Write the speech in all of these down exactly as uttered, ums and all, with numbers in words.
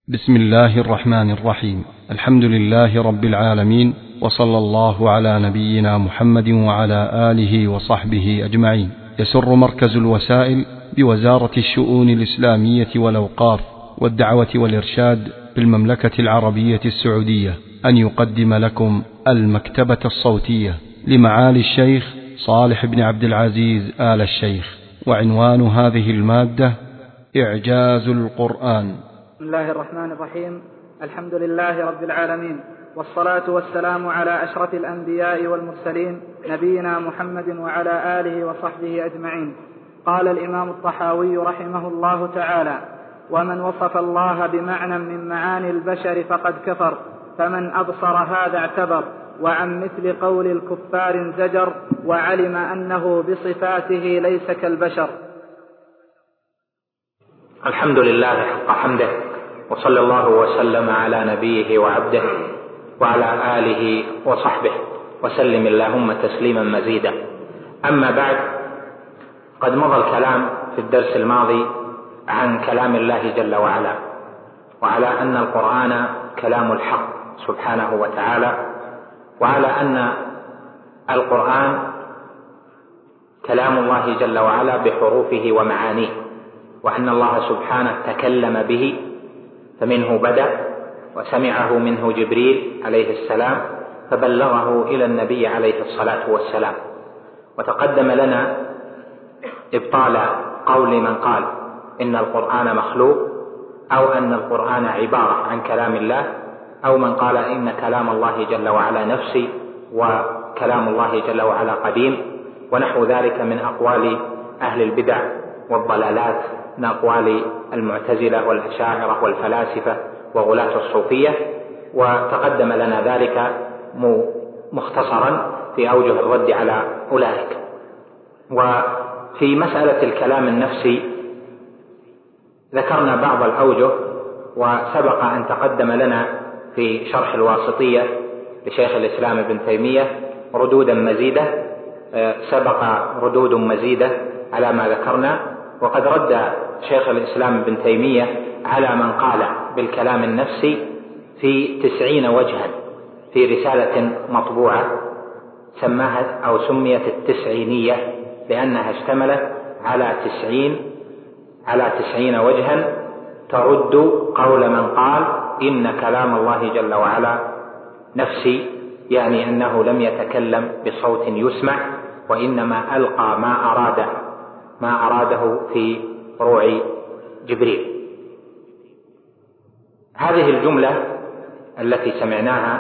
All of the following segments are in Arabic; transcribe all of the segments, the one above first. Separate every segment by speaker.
Speaker 1: بسم الله الرحمن الرحيم. الحمد لله رب العالمين، وصلى الله على نبينا محمد وعلى آله وصحبه أجمعين. يسر مركز الوسائل بوزارة الشؤون الإسلامية والأوقاف والدعوة والإرشاد بالمملكة العربية السعودية أن يقدم لكم المكتبة الصوتية لمعالي الشيخ صالح بن عبد العزيز آل الشيخ، وعنوان هذه المادة إعجاز القرآن.
Speaker 2: بسم الله الرحمن الرحيم. الحمد لله رب العالمين، والصلاة والسلام على أشرف الأنبياء والمرسلين نبينا محمد وعلى آله وصحبه أجمعين. قال الإمام الطحاوي رحمه الله تعالى: ومن وصف الله بمعنى من معاني البشر فقد كفر، فمن أبصر هذا اعتبر، وعن مثل قول الكفار زجر، وعلم أنه بصفاته ليس كالبشر.
Speaker 3: الحمد لله حق حمده، وصلى الله وسلم على نبيه وعبده وعلى آله وصحبه وسلم اللهم تسليما مزيدا. أما بعد، قد مضى الكلام في الدرس الماضي عن كلام الله جل وعلا، وعلى أن القرآن كلام الحق سبحانه وتعالى، وعلى أن القرآن كلام الله جل وعلا بحروفه ومعانيه، وأن الله سبحانه تكلم به، فمنه بدأ، وسمعه منه جبريل عليه السلام فبلغه إلى النبي عليه الصلاة والسلام. وتقدم لنا إبطال قول من قال إن القرآن مخلوق، أو أن القرآن عبارة عن كلام الله، أو من قال إن كلام الله جل وعلا نفسي وكلام الله جل وعلا قديم، ونحو ذلك من أقوال أهل البدع والضلالات، من أقوال المعتزلة والأشاعرة والفلاسفة وغلاة الصوفية. وتقدم لنا ذلك مختصرا في أوجه الرد على أولئك. وفي مسألة الكلام النفسي ذكرنا بعض الأوجه، وسبق أن تقدم لنا في شرح الواسطية لشيخ الإسلام ابن تيمية ردودا مزيدة، سبق ردود مزيدة على ما ذكرنا. وقد رد شيخ الإسلام ابن تيمية على من قال بالكلام النفسي في تسعين وجها في رسالة مطبوعة سماها أو سميت التسعينية، لأنها اشتملت على تسعين على تسعين وجها ترد قول من قال إن كلام الله جل وعلا نفسي، يعني أنه لم يتكلم بصوت يسمع، وإنما ألقى ما أراد ما أراده في روع جبريل. هذه الجملة التي سمعناها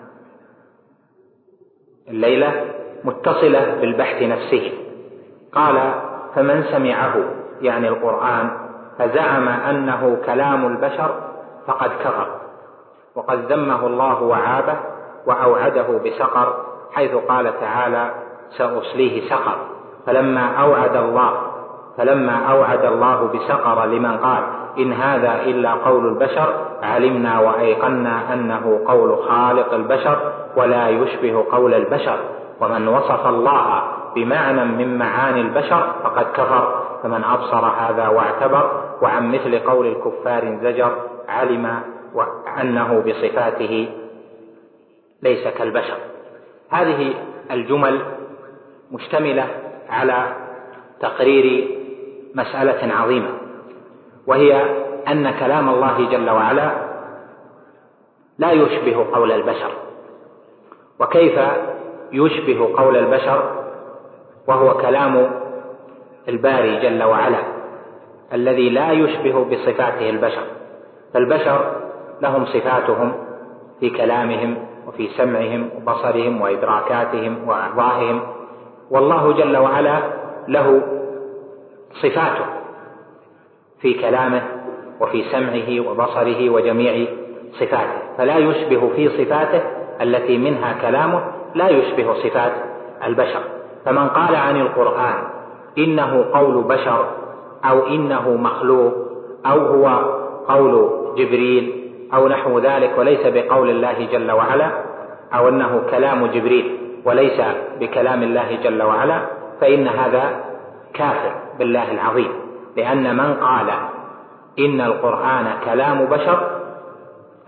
Speaker 3: الليلة متصلة بالبحث نفسه. قال: فمن سمعه، يعني القرآن، فزعم أنه كلام البشر فقد كفر، وقد ذمه الله وعابه وأوعده بسقر، حيث قال تعالى: سأصليه سقر. فلما أوعد الله فلما أوعد الله بسقر لمن قال إن هذا إلا قول البشر، علمنا وأيقنا أنه قول خالق البشر ولا يشبه قول البشر. ومن وصف الله بمعنى من معاني البشر فقد كفر، فمن أبصر هذا واعتبر، وعن مثل قول الكفار زجر، علم أنه بصفاته ليس كالبشر. هذه الجمل مشتملة على تقرير مسألة عظيمة، وهي أن كلام الله جل وعلا لا يشبه قول البشر. وكيف يشبه قول البشر وهو كلام الباري جل وعلا الذي لا يشبه بصفاته البشر؟ فالبشر لهم صفاتهم في كلامهم وفي سمعهم وبصرهم وإدراكاتهم وأعضائهم، والله جل وعلا له صفاته في كلامه وفي سمعه وبصره وجميع صفاته، فلا يشبه في صفاته التي منها كلامه لا يشبه صفات البشر. فمن قال عن القرآن إنه قول بشر، أو إنه مخلوق، أو هو قول جبريل أو نحو ذلك وليس بقول الله جل وعلا، أو أنه كلام جبريل وليس بكلام الله جل وعلا، فإن هذا كافر بالله العظيم. لأن من قال إن القرآن كلام بشر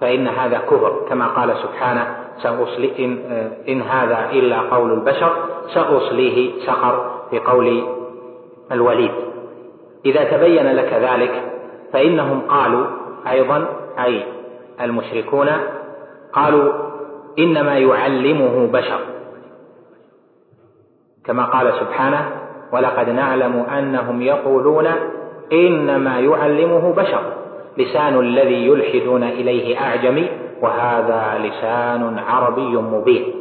Speaker 3: فإن هذا كفر، كما قال سبحانه سأصلي إن, إن هذا إلا قول البشر سأصليه سقر في قول الوليد. إذا تبين لك ذلك فإنهم قالوا أيضا، أي المشركون قالوا إنما يعلمه بشر، كما قال سبحانه ولقد نعلم أنهم يقولون إنما يعلمه بشر لسان الذي يلحدون إليه أعجمي وهذا لسان عربي مبين.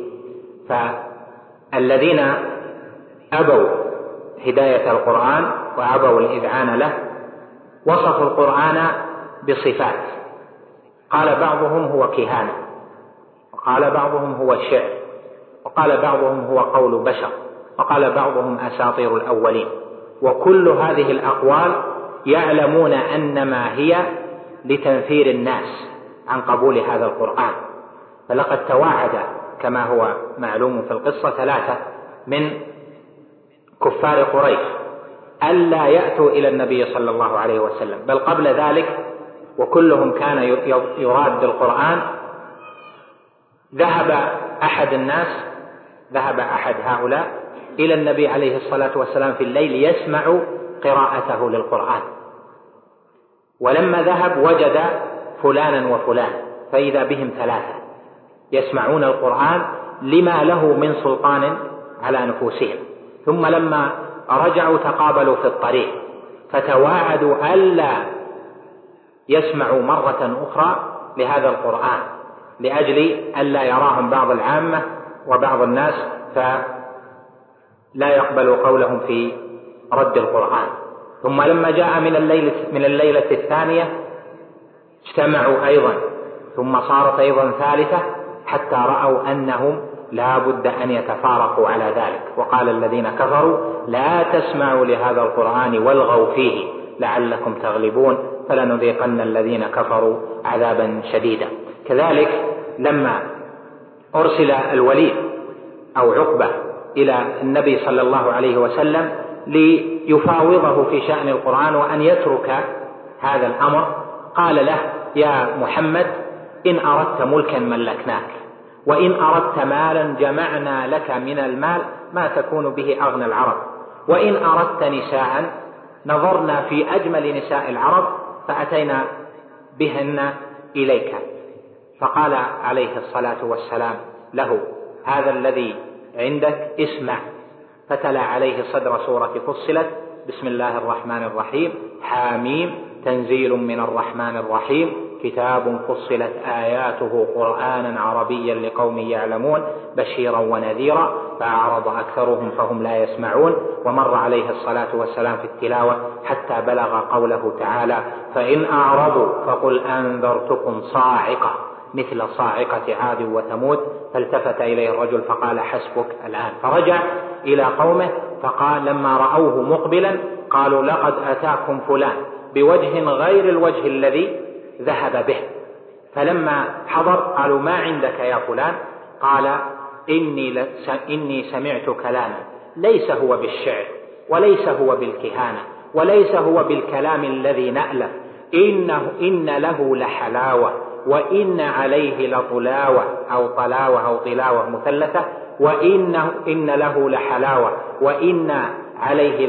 Speaker 3: فالذين أبوا هداية القرآن وأبوا الإذعان له وصفوا القرآن بصفات، قال بعضهم هو كهانة، وقال بعضهم هو الشعر، وقال بعضهم هو قول بشر، وقال بعضهم أساطير الأولين. وكل هذه الأقوال يعلمون أنما هي لتنفير الناس عن قبول هذا القرآن. فلقد تواعد كما هو معلوم في القصة ثلاثة من كفار قريش ألا يأتوا إلى النبي صلى الله عليه وسلم، بل قبل ذلك وكلهم كان يراد القرآن. ذهب أحد الناس ذهب أحد هؤلاء إلى النبي عليه الصلاة والسلام في الليل يسمع قراءته للقرآن، ولما ذهب وجد فلانا وفلان فإذا بهم ثلاثة يسمعون القرآن لما له من سلطان على نفوسهم. ثم لما رجعوا تقابلوا في الطريق فتواعدوا ألا يسمعوا مرة أخرى لهذا القرآن لأجل ألا يراهم بعض العامة وبعض الناس فلا يقبلوا قولهم في رد القرآن. ثم لما جاء من الليلة, من الليلة الثانية اجتمعوا أيضا، ثم صارت أيضا ثالثة حتى رأوا أنهم لا بد أن يتفارقوا على ذلك. وقال الذين كفروا لا تسمعوا لهذا القرآن والغوا فيه لعلكم تغلبون فلنذيقن الذين كفروا عذابا شديدا. كذلك لما أرسل الوليد أو عقبة إلى النبي صلى الله عليه وسلم ليفاوضه في شأن القرآن وأن يترك هذا الأمر، قال له يا محمد إن أردت ملكا ملكناك، وإن أردت مالا جمعنا لك من المال ما تكون به أغنى العرب، وإن أردت نساء نظرنا في أجمل نساء العرب فأتينا بهن إليك. فقال عليه الصلاة والسلام له هذا الذي عندك اسمع، فتلا عليه صدر سورة فصلت بسم الله الرحمن الرحيم حاميم تنزيل من الرحمن الرحيم كتاب فصلت آياته قرآنا عربيا لقوم يعلمون بشيرا ونذيرا فأعرض أكثرهم فهم لا يسمعون. ومر عليه الصلاة والسلام في التلاوة حتى بلغ قوله تعالى فإن أعرضوا فقل أنذرتكم صاعقة مثل صاعقة عاد وثمود. فالتفت إليه الرجل فقال حسبك الآن. فرجع إلى قومه فقال لما رأوه مقبلا قالوا لقد أتاكم فلان بوجه غير الوجه الذي ذهب به. فلما حضر قالوا ما عندك يا فلان؟ قال إني, إني سمعت كلاما ليس هو بالشعر وليس هو بالكهانة وليس هو بالكلام الذي نألف، إنه إن له لحلاوة وإن عليه لطلاوة أو طلاوة أو طلاوة مثلثة، وإنه إن له لحلاوة وإن عليه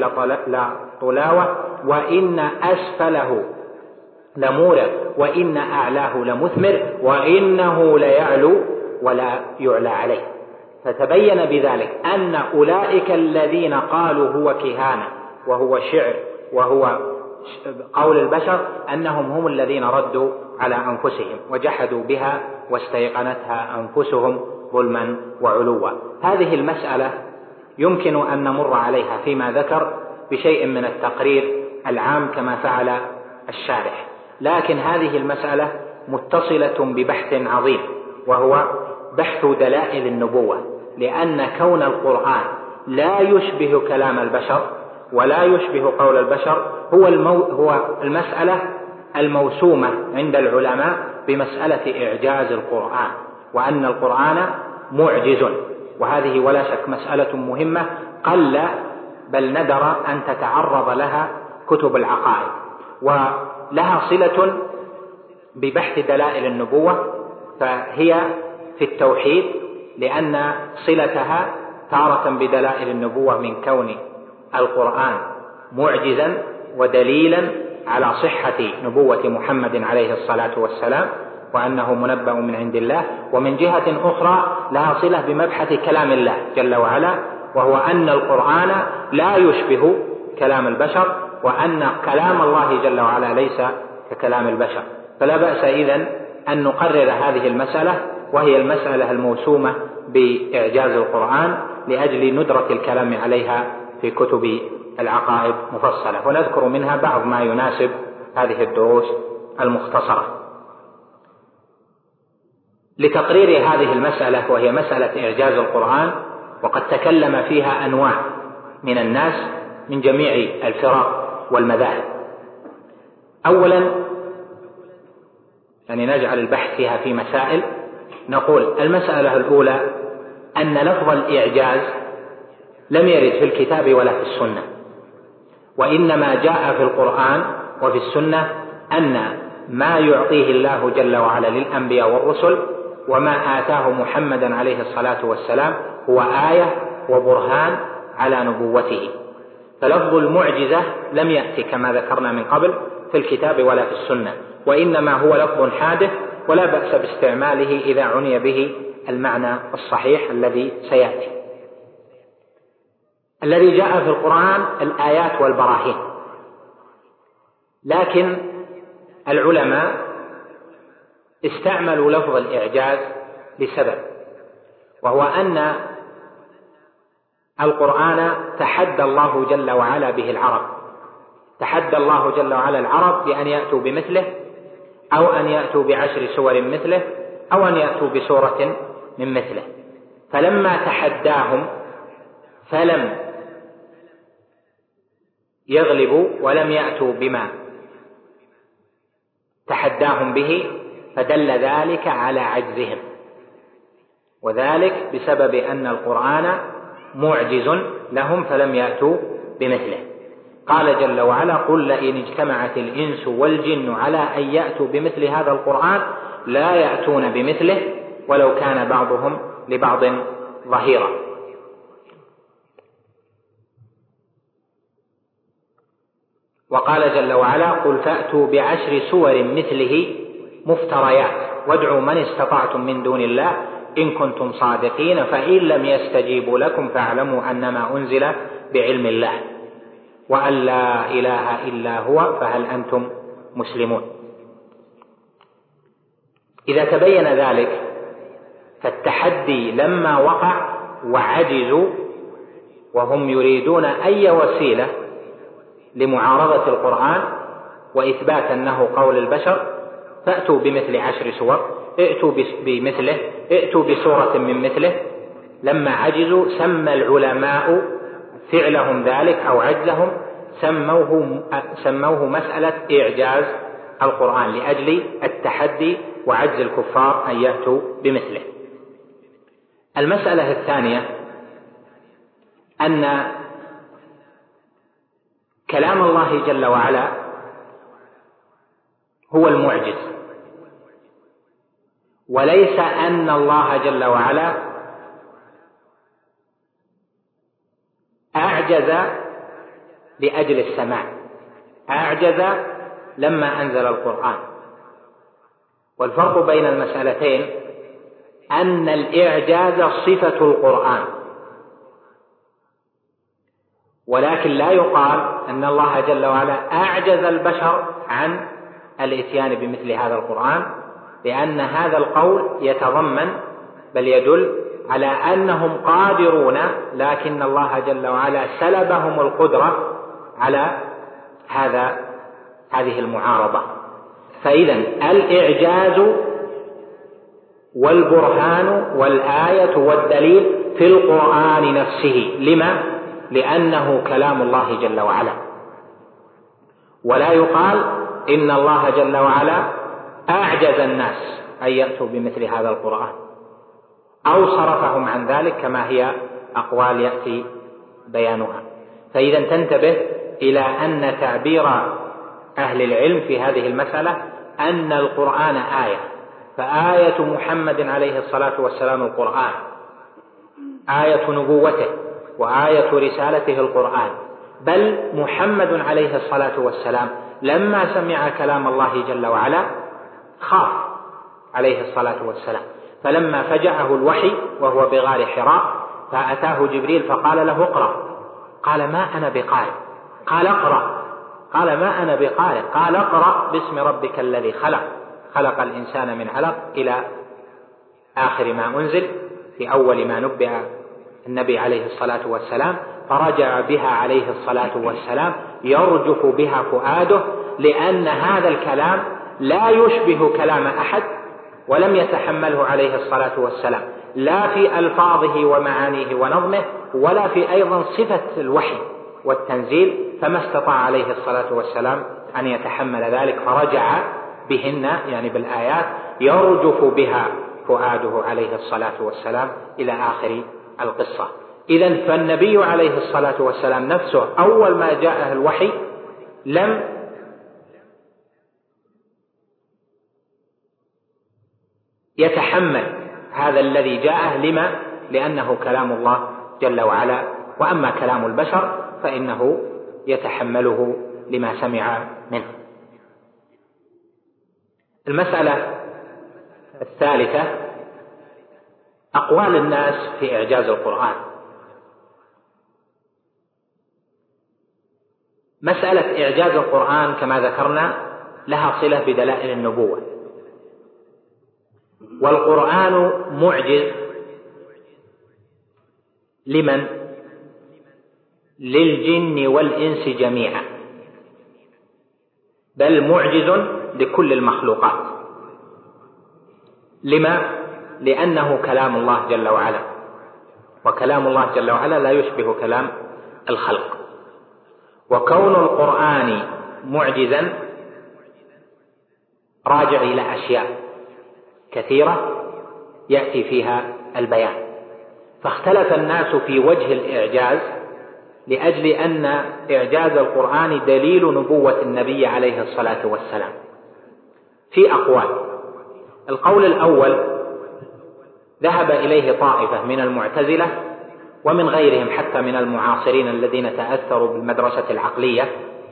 Speaker 3: لطلاوة وإن أسفله لمورع وإن أعلاه لمثمر وإنه ليعلو ولا يعلى عليه. فتبين بذلك أن أولئك الذين قالوا هو كهانة وهو شعر وهو قول البشر أنهم هم الذين ردوا على أنفسهم وجحدوا بها واستيقنتها أنفسهم ظلما وعلوا. هذه المسألة يمكن أن نمر عليها فيما ذكر بشيء من التقرير العام كما فعل الشارح، لكن هذه المسألة متصلة ببحث عظيم وهو بحث دلائل النبوة، لأن كون القرآن لا يشبه كلام البشر ولا يشبه قول البشر هو, المو... هو المسألة الموسومة عند العلماء بمسألة إعجاز القرآن، وأن القرآن معجز. وهذه ولا شك مسألة مهمة قل بل ندر أن تتعرض لها كتب العقائد، ولها صلة ببحث دلائل النبوة فهي في التوحيد، لأن صلتها تارة بدلائل النبوة من كون القرآن معجزا ودليلا على صحة نبوة محمد عليه الصلاة والسلام وأنه منبأ من عند الله، ومن جهة أخرى لها صلة بمبحث كلام الله جل وعلا، وهو أن القرآن لا يشبه كلام البشر، وأن كلام الله جل وعلا ليس ككلام البشر. فلا بأس إذن أن نقرر هذه المسألة، وهي المسألة الموسومة بإعجاز القرآن لأجل ندرة الكلام عليها في كتب العقائد مفصلة، ونذكر منها بعض ما يناسب هذه الدروس المختصرة. لتقرير هذه المسألة وهي مسألة إعجاز القرآن، وقد تكلم فيها أنواع من الناس من جميع الفرق والمذاهب. أولا يعني نجعل البحث فيها في مسائل، نقول المسألة الأولى أن لفظ الإعجاز لم يرد في الكتاب ولا في السنة، وإنما جاء في القرآن وفي السنة أن ما يعطيه الله جل وعلا للأنبياء والرسل وما آتاه محمدا عليه الصلاة والسلام هو آية وبرهان على نبوته. فلفظ المعجزة لم يأتي كما ذكرنا من قبل في الكتاب ولا في السنة، وإنما هو لفظ حادث ولا بأس باستعماله إذا عني به المعنى الصحيح الذي سيأتي. الذي جاء في القرآن الآيات والبراهين، لكن العلماء استعملوا لفظ الإعجاز لسبب، وهو أن القرآن تحدى الله جل وعلا به العرب، تحدى الله جل وعلا العرب بأن يأتوا بمثله، أو أن يأتوا بعشر سور مثله، أو أن يأتوا بسورة من مثله. فلما تحداهم فلم يغلبوا ولم يأتوا بما تحداهم به، فدل ذلك على عجزهم، وذلك بسبب أن القرآن معجز لهم فلم يأتوا بمثله. قال جل وعلا: قل لئن اجتمعت الإنس والجن على أن يأتوا بمثل هذا القرآن لا يأتون بمثله ولو كان بعضهم لبعض ظهيرا. وقال جل وعلا: قل فأتوا بعشر سور مثله مفتريات وادعوا من استطعتم من دون الله إن كنتم صادقين فإن لم يستجيبوا لكم فاعلموا أنما أنزل بعلم الله وأن لا إله إلا هو فهل أنتم مسلمون. إذا تبين ذلك فالتحدي لما وقع وعجزوا وهم يريدون أي وسيلة لمعارضة القرآن وإثبات أنه قول البشر، فأتوا بمثل عشر سور، ائتوا بمثله، ائتوا بسورة من مثله. لما عجزوا سمى العلماء فعلهم ذلك أو عجزهم سموه, سموه مسألة إعجاز القرآن لأجل التحدي وعجز الكفار أن يأتوا بمثله. المسألة الثانية أن كلام الله جل وعلا هو المعجز، وليس أن الله جل وعلا أعجز لأجل السماع، أعجز لما أنزل القرآن. والفرق بين المسألتين أن الإعجاز صفة القرآن، ولكن لا يقال أن الله جل وعلا أعجز البشر عن الإتيان بمثل هذا القرآن، لأن هذا القول يتضمن بل يدل على أنهم قادرون، لكن الله جل وعلا سلبهم القدرة على هذا هذه المعارضة. فإذا الإعجاز والبرهان والآية والدليل في القرآن نفسه. لما؟ لأنه كلام الله جل وعلا، ولا يقال إن الله جل وعلا أعجز الناس أن يأتوا بمثل هذا القرآن أو صرفهم عن ذلك كما هي أقوال يأتي بيانها. فإذا تنتبه إلى أن تعبير أهل العلم في هذه المسألة أن القرآن آية، فآية محمد عليه الصلاة والسلام القرآن، آية نبوته وآية رسالته القرآن، بل محمد عليه الصلاة والسلام لما سمع كلام الله جل وعلا خاف عليه الصلاة والسلام، فلما فجعه الوحي وهو بغار حراء فأتاه جبريل فقال له اقرأ، قال ما أنا بقارئ، قال اقرأ، قال ما أنا بقارئ، قال اقرأ باسم ربك الذي خلق، خلق الإنسان من علق إلى آخر ما أنزل في أول ما نبئ النبي عليه الصلاة والسلام، فرجع بها عليه الصلاة والسلام يرجف بها فؤاده، لأن هذا الكلام لا يشبه كلام أحد ولم يتحمله عليه الصلاة والسلام، لا في ألفاظه ومعانيه ونظمه ولا في أيضا صفة الوحي والتنزيل، فما استطاع عليه الصلاة والسلام أن يتحمل ذلك، فرجع بهن يعني بالآيات يرجف بها فؤاده عليه الصلاة والسلام إلى آخر القصة. إذن فالنبي عليه الصلاة والسلام نفسه أول ما جاءه الوحي لم يتحمل هذا الذي جاءه، لما؟ لأنه كلام الله جل وعلا، وأما كلام البشر فإنه يتحمله لما سمع منه. المسألة الثالثة أقوال الناس في إعجاز القرآن. مسألة إعجاز القرآن كما ذكرنا لها صلة بدلائل النبوة، والقرآن معجز لمن؟ للجن والإنس جميعا، بل معجز لكل المخلوقات. لما؟ لأنه كلام الله جل وعلا، وكلام الله جل وعلا لا يشبه كلام الخلق. وكون القرآن معجزا راجع إلى أشياء كثيرة يأتي فيها البيان، فاختلف الناس في وجه الإعجاز لأجل أن إعجاز القرآن دليل نبوة النبي عليه الصلاة والسلام في أقوال. القول الأول ذهب إليه طائفة من المعتزلة ومن غيرهم حتى من المعاصرين الذين تأثروا بالمدرسة العقلية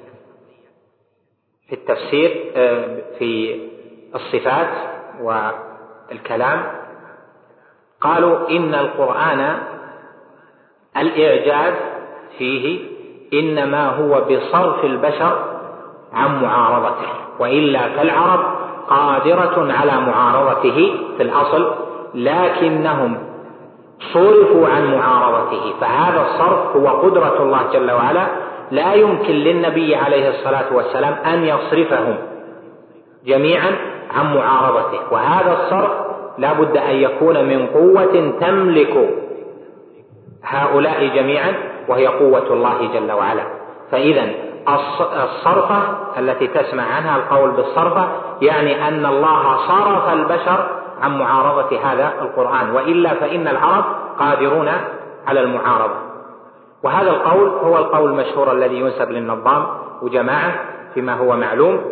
Speaker 3: في التفسير في الصفات والكلام، قالوا إن القرآن الإعجاز فيه إنما هو بصرف البشر عن معارضته، وإلا فالعرب قادرة على معارضته في الأصل، لكنهم صرفوا عن معارضته، فهذا الصرف هو قدرة الله جل وعلا، لا يمكن للنبي عليه الصلاة والسلام أن يصرفهم جميعا عن معارضته، وهذا الصرف لا بد أن يكون من قوة تملك هؤلاء جميعا وهي قوة الله جل وعلا. فإذا الصرفة التي تسمع عنها القول بالصرفة يعني أن الله صرف البشر عن معارضة هذا القرآن، وإلا فإن العرب قادرون على المعارضة. وهذا القول هو القول المشهور الذي ينسب للنظام وجماعة فيما هو معلوم،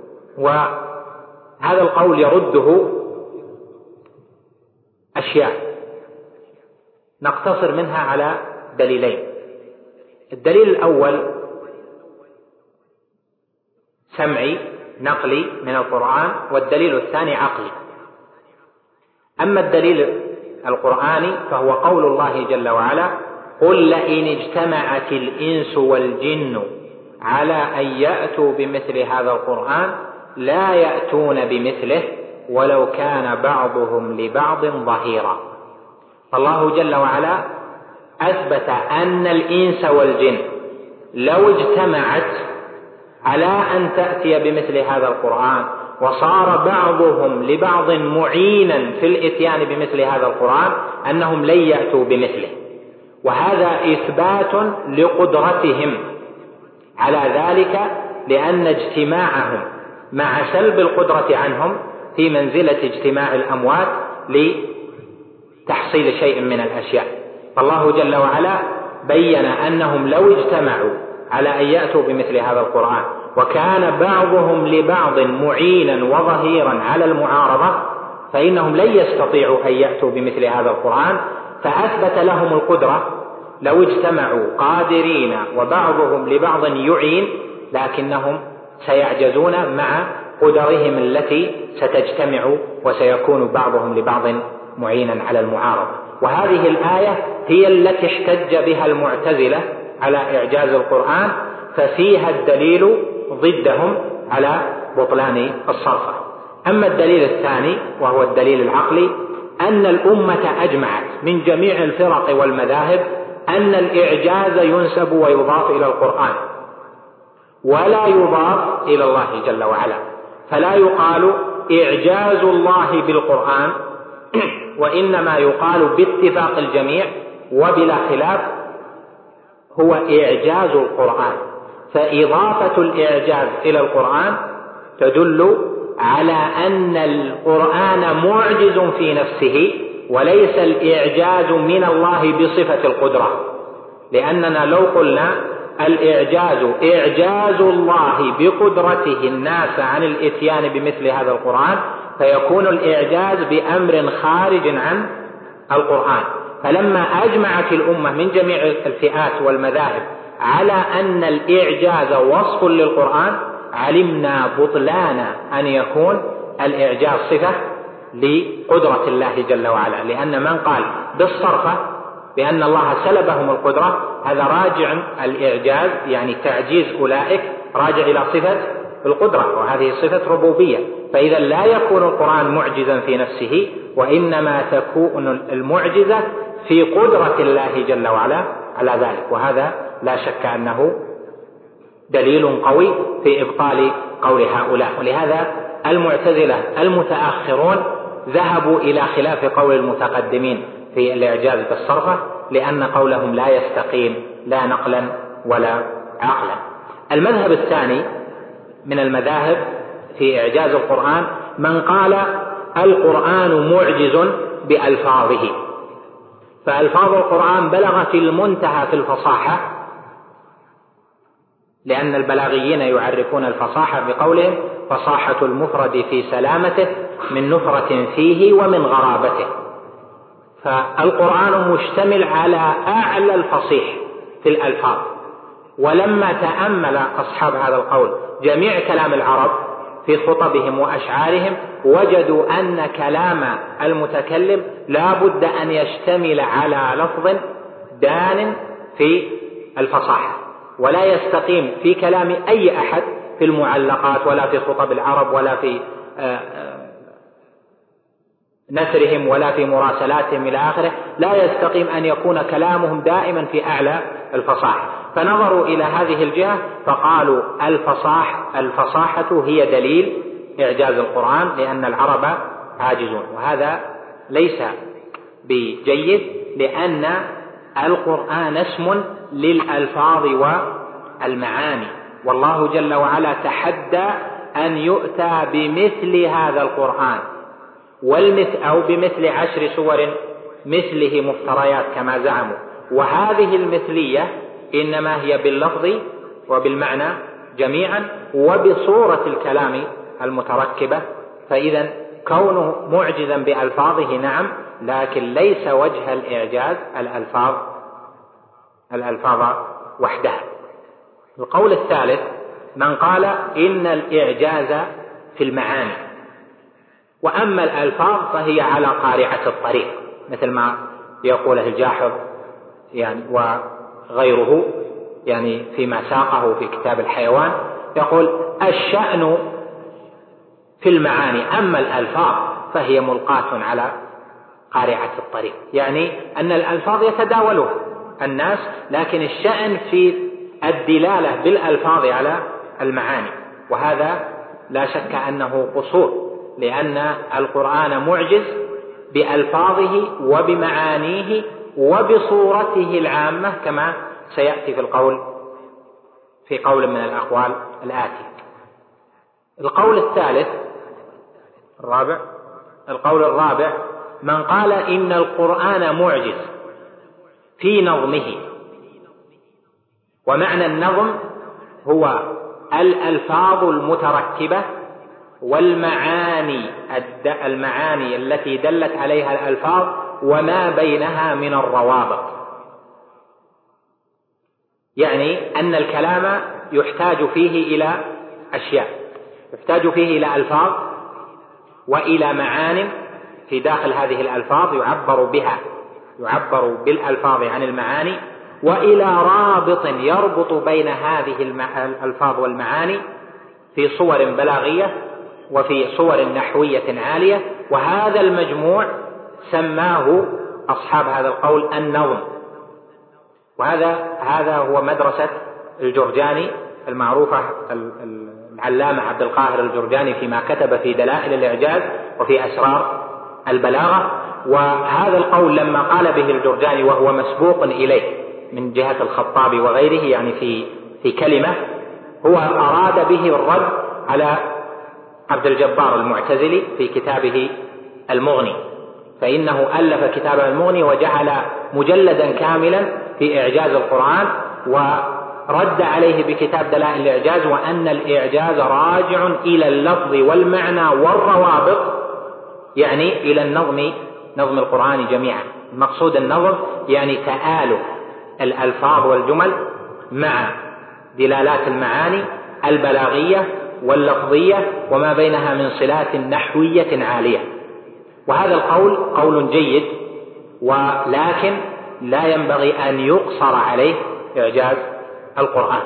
Speaker 3: وهذا القول يرده أشياء نقتصر منها على دليلين. الدليل الأول سمعي نقلي من القرآن، والدليل الثاني عقلي. أما الدليل القرآني فهو قول الله جل وعلا: قل لئن اجتمعت الإنس والجن على أن يأتوا بمثل هذا القرآن لا يأتون بمثله ولو كان بعضهم لبعض ظهيرا. فالله جل وعلا أثبت أن الإنس والجن لو اجتمعت على أن تأتي بمثل هذا القرآن وصار بعضهم لبعض معينا في الإتيان بمثل هذا القرآن أنهم لن يأتوا بمثله، وهذا إثبات لقدرتهم على ذلك، لأن اجتماعهم مع سلب القدرة عنهم في منزلة اجتماع الأموات لتحصيل شيء من الأشياء. فالله جل وعلا بين أنهم لو اجتمعوا على أن يأتوا بمثل هذا القرآن وكان بعضهم لبعض معينا وظهيرا على المعارضة فإنهم لن يستطيعوا أن يأتوا بمثل هذا القرآن، فأثبت لهم القدرة لو اجتمعوا قادرين وبعضهم لبعض يعين، لكنهم سيعجزون مع قدرهم التي ستجتمع وسيكون بعضهم لبعض معينا على المعارضة. وهذه الآية هي التي احتج بها المعتزلة على إعجاز القرآن، ففيها الدليل ضدهم على بطلان الصرفة. أما الدليل الثاني وهو الدليل العقلي، أن الأمة أجمعت من جميع الفرق والمذاهب أن الإعجاز ينسب ويضاف إلى القرآن ولا يضاف إلى الله جل وعلا، فلا يقال إعجاز الله بالقرآن، وإنما يقال باتفاق الجميع وبلا خلاف هو إعجاز القرآن. فإضافة الإعجاز إلى القرآن تدل على أن القرآن معجز في نفسه وليس الإعجاز من الله بصفة القدرة، لأننا لو قلنا الإعجاز إعجاز الله بقدرته الناس عن الإتيان بمثل هذا القرآن فيكون الإعجاز بأمر خارج عن القرآن. فلما أجمعت الأمة من جميع الفئات والمذاهب على أن الإعجاز وصف للقرآن علمنا بطلان أن يكون الإعجاز صفة لقدرة الله جل وعلا، لأن من قال بالصرفة بأن الله سلبهم القدرة هذا راجع الإعجاز يعني تعجيز أولئك راجع إلى صفة القدرة، وهذه صفة ربوبية. فإذا لا يكون القرآن معجزا في نفسه، وإنما تكون المعجزة في قدرة الله جل وعلا على ذلك، وهذا لا شك أنه دليل قوي في إبطال قول هؤلاء. ولهذا المعتزلة المتأخرون ذهبوا إلى خلاف قول المتقدمين في الإعجاز بالصرفة، لأن قولهم لا يستقيم لا نقلا ولا عقلا. المذهب الثاني من المذاهب في إعجاز القرآن من قال القرآن معجز بألفاظه، فألفاظ القرآن بلغت المنتهى في الفصاحة، لأن البلاغيين يعرفون الفصاحة بقولهم فصاحة المفرد في سلامته من نفرة فيه ومن غرابته. فالقرآن مشتمل على أعلى الفصيح في الألفاظ. ولما تأمل أصحاب هذا القول جميع كلام العرب في خطبهم وأشعارهم وجدوا أن كلام المتكلم لا بد أن يشتمل على لفظ دان في الفصاحة، ولا يستقيم في كلام أي أحد في المعلقات ولا في خطب العرب ولا في نثرهم ولا في مراسلاتهم إلى آخره، لا يستقيم أن يكون كلامهم دائما في أعلى الفصاحة. فنظروا إلى هذه الجهة فقالوا الفصاح الفصاحة هي دليل إعجاز القرآن لأن العرب عاجزون، وهذا ليس بجيد، لأن القرآن اسم للألفاظ والمعاني، والله جل وعلا تحدى أن يؤتى بمثل هذا القرآن والمثل أو بمثل عشر سور مثله مفتريات كما زعموا، وهذه المثلية إنما هي باللفظ وبالمعنى جميعا وبصورة الكلام المتركبة. فإذا كونه معجزا بألفاظه نعم، لكن ليس وجه الإعجاز الألفاظ الألفاظ وحدها. القول الثالث من قال إن الإعجاز في المعاني، وأما الألفاظ فهي على قارعة الطريق، مثل ما يقوله الجاحظ يعني وغيره يعني فيما ساقه في كتاب الحيوان، يقول الشأن في المعاني، أما الألفاظ فهي ملقاة على قارعة الطريق، يعني أن الألفاظ يتداولها الناس، لكن الشأن في الدلالة بالألفاظ على المعاني، وهذا لا شك أنه قصور، لأن القرآن معجز بألفاظه وبمعانيه وبصورته العامة كما سيأتي في القول في قول من الأقوال الآتية. القول الثالث الرابع القول الرابع من قال إن القرآن معجز في نظمه، ومعنى النظم هو الألفاظ المتركبة والمعاني المعاني التي دلت عليها الألفاظ وما بينها من الروابط. يعني أن الكلام يحتاج فيه إلى أشياء، يحتاج فيه إلى ألفاظ وإلى معان في داخل هذه الألفاظ يعبر بها يعبر بالألفاظ عن المعاني، وإلى رابط يربط بين هذه الألفاظ والمعاني في صور بلاغية وفي صور نحوية عالية. وهذا المجموع سماه أصحاب هذا القول النظم. وهذا هذا هو مدرسة الجرجاني المعروفة، العلامة عبد القاهر الجرجاني فيما كتب في دلائل الإعجاز وفي أسرار البلاغة. وهذا القول لما قال به الجرجاني وهو مسبوق إليه من جهة الخطابي وغيره، يعني في في كلمة، هو أراد به الرد على عبد الجبار المعتزلي في كتابه المغني، فإنه ألف كتاب المغني وجعل مجلدا كاملا في إعجاز القرآن، ورد عليه بكتاب دلائل الإعجاز، وأن الإعجاز راجع إلى اللفظ والمعنى والروابط، يعني إلى النظم، نظم القرآن جميعا. المقصود النظم يعني تآلف الألفاظ والجمل مع دلالات المعاني البلاغية واللفظية وما بينها من صلات نحوية عالية. وهذا القول قول جيد، ولكن لا ينبغي أن يقصر عليه إعجاز القرآن.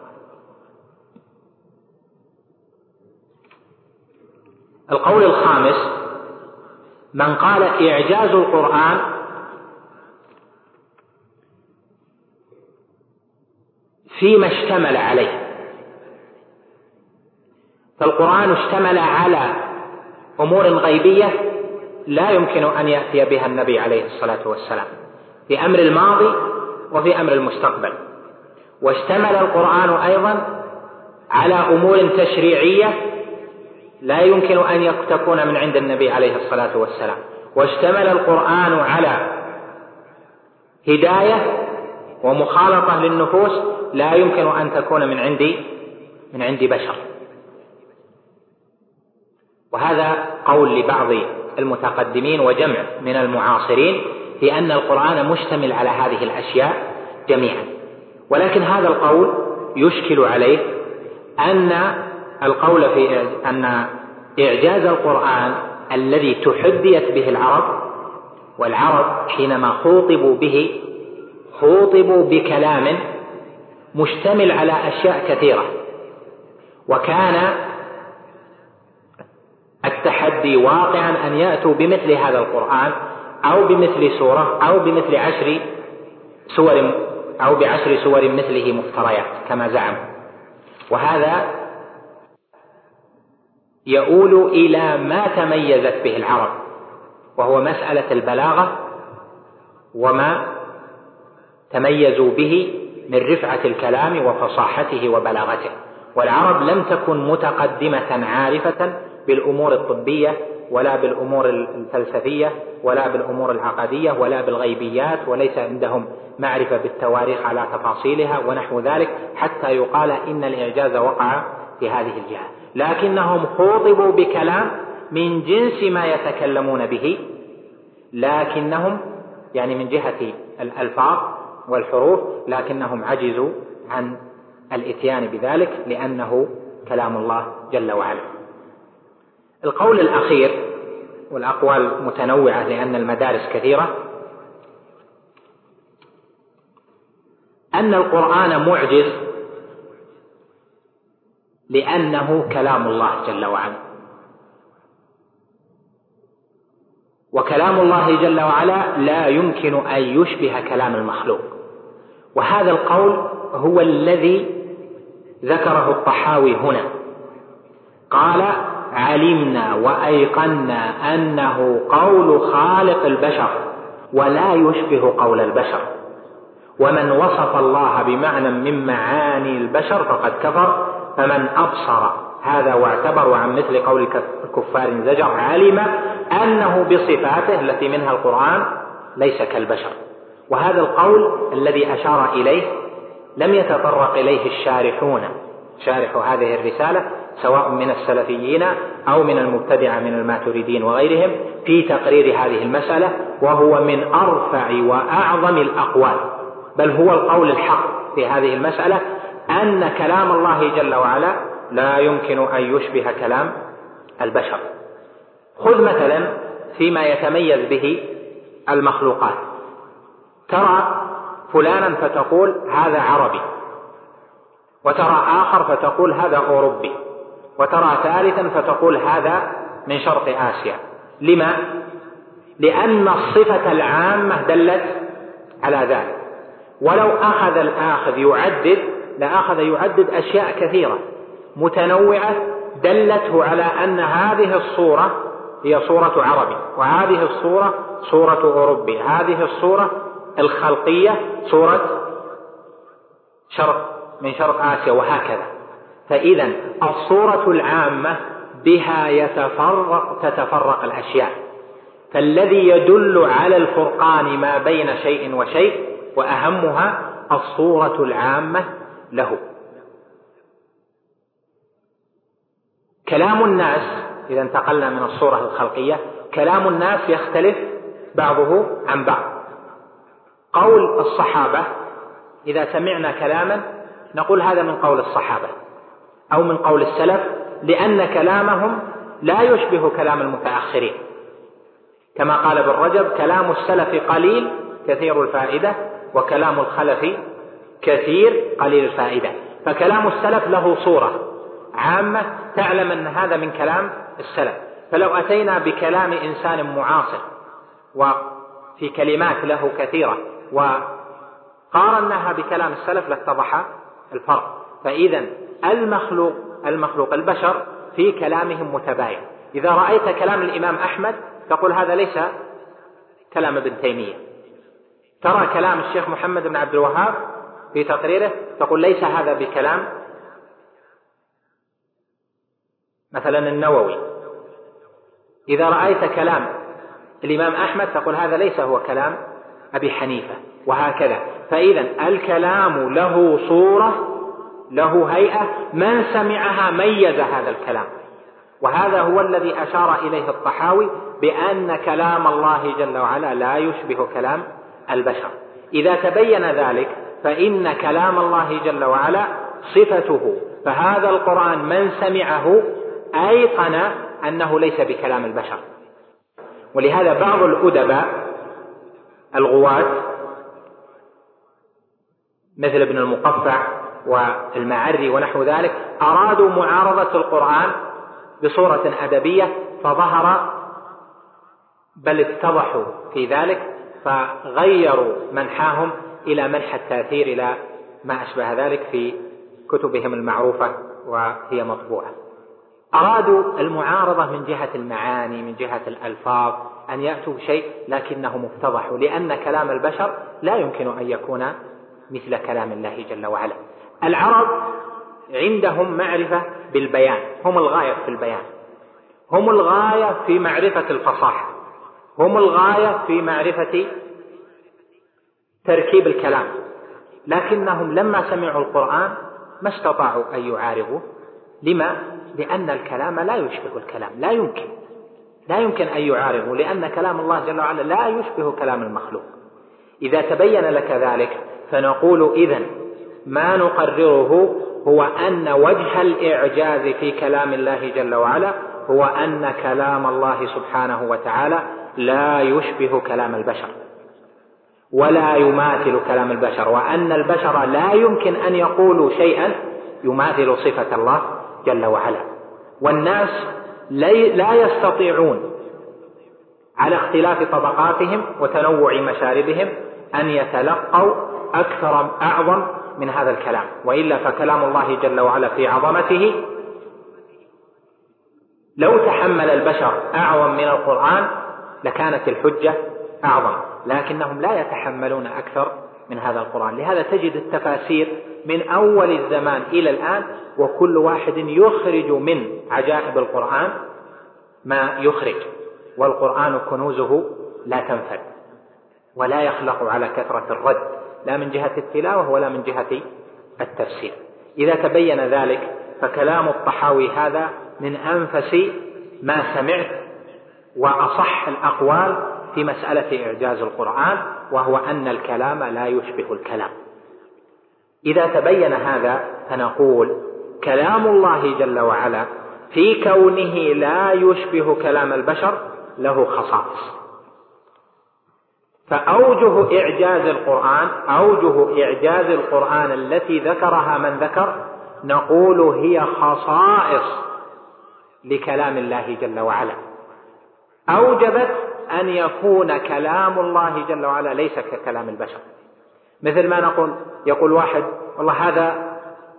Speaker 3: القول الخامس: من قال إعجاز القرآن فيما اشتمل عليه، فالقرآن اشتمل على أمور غيبية لا يمكن أن يأتي بها النبي عليه الصلاة والسلام، في أمر الماضي وفي أمر المستقبل. واشتمل القرآن أيضا على أمور تشريعية لا يمكن أن تكون من عند النبي عليه الصلاة والسلام. واشتمل القرآن على هداية ومخالطة للنفوس لا يمكن أن تكون من عند من عند بشر. وهذا قول لبعض المتقدمين وجمع من المعاصرين في أن القرآن مشتمل على هذه الأشياء جميعا. ولكن هذا القول يشكل عليه أن القول في أن إعجاز القرآن الذي تحديت به العرب، والعرب حينما خوطبوا به خوطبوا بكلام مشتمل على أشياء كثيرة، وكان التحدي واقعا أن يأتوا بمثل هذا القرآن أو بمثل سورة أو بمثل عشر سور أو بعشر سور مثله مفتريات كما زعم. وهذا يؤول إلى ما تميزت به العرب، وهو مسألة البلاغة وما تميزوا به من رفعة الكلام وفصاحته وبلاغته. والعرب لم تكن متقدمة عارفة بالأمور الطبية ولا بالأمور الفلسفية ولا بالأمور العقدية ولا بالغيبيات، وليس عندهم معرفة بالتواريخ على تفاصيلها ونحو ذلك حتى يقال إن الإعجاز وقع في هذه الجهة. لكنهم خوطبوا بكلام من جنس ما يتكلمون به، لكنهم يعني من جهة الألفاظ والحروف، لكنهم عجزوا عن الإتيان بذلك لأنه كلام الله جل وعلا. القول الأخير، والأقوال متنوعة لأن المدارس كثيرة، أن القرآن معجز لأنه كلام الله جل وعلا، وكلام الله جل وعلا لا يمكن أن يشبه كلام المخلوق. وهذا القول هو الذي ذكره الطحاوي هنا، قال: علمنا وأيقنا أنه قول خالق البشر ولا يشبه قول البشر، ومن وصف الله بمعنى من معاني البشر فقد كفر، فمن أبصر هذا واعتبر عن مثل قول الكفار زجر علم أنه بصفاته التي منها القرآن ليس كالبشر. وهذا القول الذي أشار إليه لم يتطرق إليه الشارحون شارح هذه الرسالة سواء من السلفيين أو من المبتدعة من الماتريديين وغيرهم في تقرير هذه المسألة، وهو من أرفع وأعظم الأقوال، بل هو القول الحق في هذه المسألة، أن كلام الله جل وعلا لا يمكن أن يشبه كلام البشر. خذ مثلا فيما يتميز به المخلوقات، ترى فلانا فتقول هذا عربي، وترى آخر فتقول هذا أوروبي، وترى ثالثا فتقول هذا من شرق آسيا. لما؟ لأن الصفة العامة دلت على ذلك. ولو أخذ الآخذ يعدد لأخذ يعدد أشياء كثيرة متنوعة دلته على أن هذه الصورة هي صورة عربي، وهذه الصورة صورة أوروبي، هذه الصورة الخلقية صورة شرق من شرق آسيا، وهكذا. فإذا الصورة العامة بها يتفرق تتفرق الأشياء، فالذي يدل على الفرقان ما بين شيء وشيء وأهمها الصورة العامة له. كلام الناس إذا انتقلنا من الصورة الخلقية، كلام الناس يختلف بعضه عن بعض. قول الصحابة إذا سمعنا كلاما نقول هذا من قول الصحابة أو من قول السلف، لأن كلامهم لا يشبه كلام المتأخرين، كما قال ابن رجب كلام السلف قليل كثير الفائدة، وكلام الخلف كثير قليل الفائدة. فكلام السلف له صورة عامة تعلم أن هذا من كلام السلف. فلو أتينا بكلام إنسان معاصر وفي كلمات له كثيرة وقارناها بكلام السلف لاتضح الفرق. فإذا المخلوق المخلوق البشر في كلامهم متباين. إذا رأيت كلام الإمام أحمد تقول هذا ليس كلام ابن تيمية، ترى كلام الشيخ محمد بن عبد الوهاب في تقريره تقول ليس هذا بكلام مثلا النووي. إذا رأيت كلام الإمام أحمد تقول هذا ليس هو كلام أبي حنيفة، وهكذا. فإذا الكلام له صورة له هيئة، من سمعها ميز هذا الكلام، وهذا هو الذي أشار إليه الطحاوي بأن كلام الله جل وعلا لا يشبه كلام البشر. إذا تبين ذلك فإن كلام الله جل وعلا صفته، فهذا القرآن من سمعه أيقن أنه ليس بكلام البشر. ولهذا بعض الأدباء الغواة مثل ابن المقفع والمعري ونحو ذلك أرادوا معارضة القرآن بصورة أدبية فظهر، بل اتضحوا في ذلك فغيروا منحاهم إلى منح التأثير إلى ما أشبه ذلك في كتبهم المعروفة وهي مطبوعة. أرادوا المعارضة من جهة المعاني من جهة الألفاظ أن يأتوا شيء، لكنهم افتضحوا، لأن كلام البشر لا يمكن أن يكون مثل كلام الله جل وعلا. العرب عندهم معرفة بالبيان، هم الغاية في البيان، هم الغاية في معرفة الفصاحة، هم الغاية في معرفة تركيب الكلام، لكنهم لما سمعوا القرآن ما استطاعوا أن يعارضوا. لما؟ لأن الكلام لا يشبه الكلام، لا يمكن لا يمكن أن يعارضوا، لأن كلام الله جل وعلا لا يشبه كلام المخلوق. إذا تبين لك ذلك فنقول إذن ما نقرره هو أن وجه الإعجاز في كلام الله جل وعلا هو أن كلام الله سبحانه وتعالى لا يشبه كلام البشر ولا يماثل كلام البشر، وأن البشر لا يمكن أن يقولوا شيئا يماثل صفة الله جل وعلا. والناس لا يستطيعون على اختلاف طبقاتهم وتنوع مشاربهم أن يتلقوا أكثر أعظم من هذا الكلام، وإلا فكلام الله جل وعلا في عظمته لو تحمل البشر أعظم من القرآن لكانت الحجة أعظم، لكنهم لا يتحملون أكثر من هذا القرآن. لهذا تجد التفاسير من أول الزمان إلى الآن وكل واحد يخرج من عجائب القرآن ما يخرج، والقرآن كنوزه لا تنفد ولا يخلق على كثرة الرد، لا من جهة التلاوة ولا من جهة التفسير. إذا تبين ذلك فكلام الطحاوي هذا من أنفس ما سمعت وأصح الأقوال في مسألة إعجاز القرآن، وهو أن الكلام لا يشبه الكلام. إذا تبين هذا فنقول كلام الله جل وعلا في كونه لا يشبه كلام البشر له خصائص. فأوجه إعجاز القرآن أوجه إعجاز القرآن التي ذكرها من ذكر نقول هي خصائص لكلام الله جل وعلا، أوجبت أن يكون كلام الله جل وعلا ليس ككلام البشر. مثل ما نقول يقول واحد والله هذا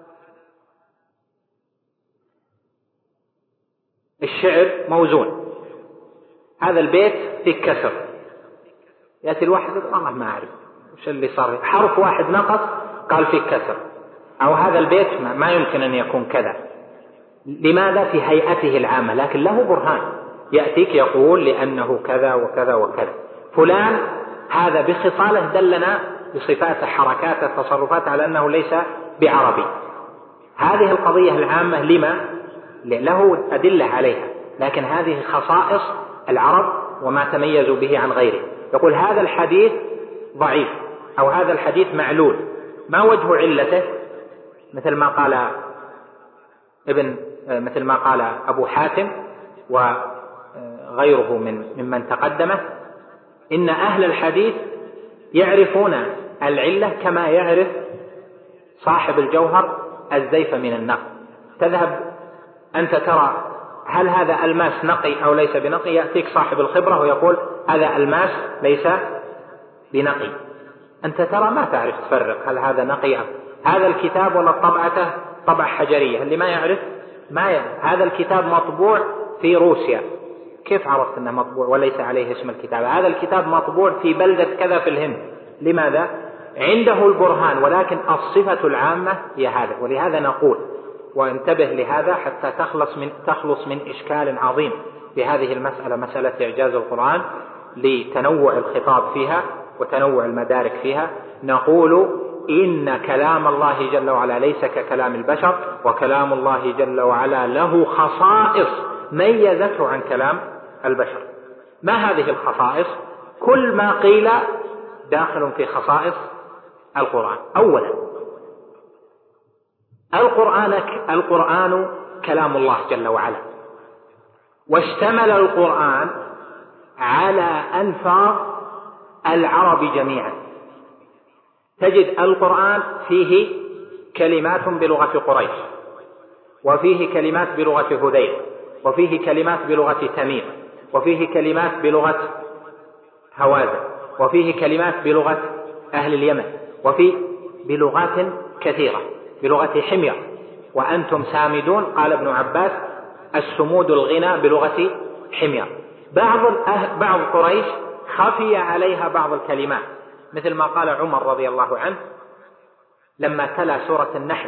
Speaker 3: الشعر موزون، هذا البيت فيه كسر، يأتي الواحد يقول والله ما أعرف وش اللي صار، حرف واحد نقص قال فيه كسر، أو هذا البيت ما يمكن أن يكون كذا. لماذا؟ في هيئته العامة، لكن له برهان يأتيك يقول لأنه كذا وكذا وكذا. فلان هذا بخصاله دلنا بصفات حركات تصرفات على أنه ليس بعربي. هذه القضية العامة لما؟ له أدلة عليها، لكن هذه خصائص العرب وما تميزوا به عن غيره. يقول هذا الحديث ضعيف أو هذا الحديث معلول، ما وجه علته؟ مثل ما قال ابن مثل ما قال أبو حاتم وغيره من ممن تقدمه، إن أهل الحديث يعرفون العلة كما يعرف صاحب الجوهر الزيف من النقي. تذهب أنت ترى هل هذا الماس نقي أو ليس بنقي، يأتيك صاحب الخبرة ويقول هذا الماس ليس بنقي، أنت ترى ما تعرف تفرق هل هذا نقي أو هذا الكتاب ولا طبعته طبع حجرية. اللي ما يعرف ما يعرف. هذا الكتاب مطبوع في روسيا، كيف عرفت أنه مطبوع وليس عليه اسم الكتاب؟ هذا الكتاب مطبوع في بلدة كذا في الهند. لماذا؟ عنده البرهان، ولكن الصفة العامة هي هذا. ولهذا نقول وانتبه لهذا حتى تخلص من تخلص من إشكال عظيم بهذه المسألة، مسألة إعجاز القرآن لتنوع الخطاب فيها وتنوع المدارك فيها. نقول إن كلام الله جل وعلا ليس ككلام البشر، وكلام الله جل وعلا له خصائص ميزته عن كلام البشر. ما هذه الخصائص؟ كل ما قيل داخل في خصائص القرآن. أولا القرآن القرآن كلام الله جل وعلا، واشتمل القرآن على ألفاظ العرب جميعا. تجد القرآن فيه كلمات بلغة قريش، وفيه كلمات بلغة هذيل، وفيه كلمات بلغة تميم، وفيه كلمات بلغة هوازن، وفيه كلمات بلغة أهل اليمن، وفيه بلغات كثيرة، بلغة حمير. وأنتم سامدون، قال ابن عباس السمود الغنى بلغة حمير. بعض بعض قريش خفي عليها بعض الكلمات، مثل ما قال عمر رضي الله عنه لما تلا سورة النحل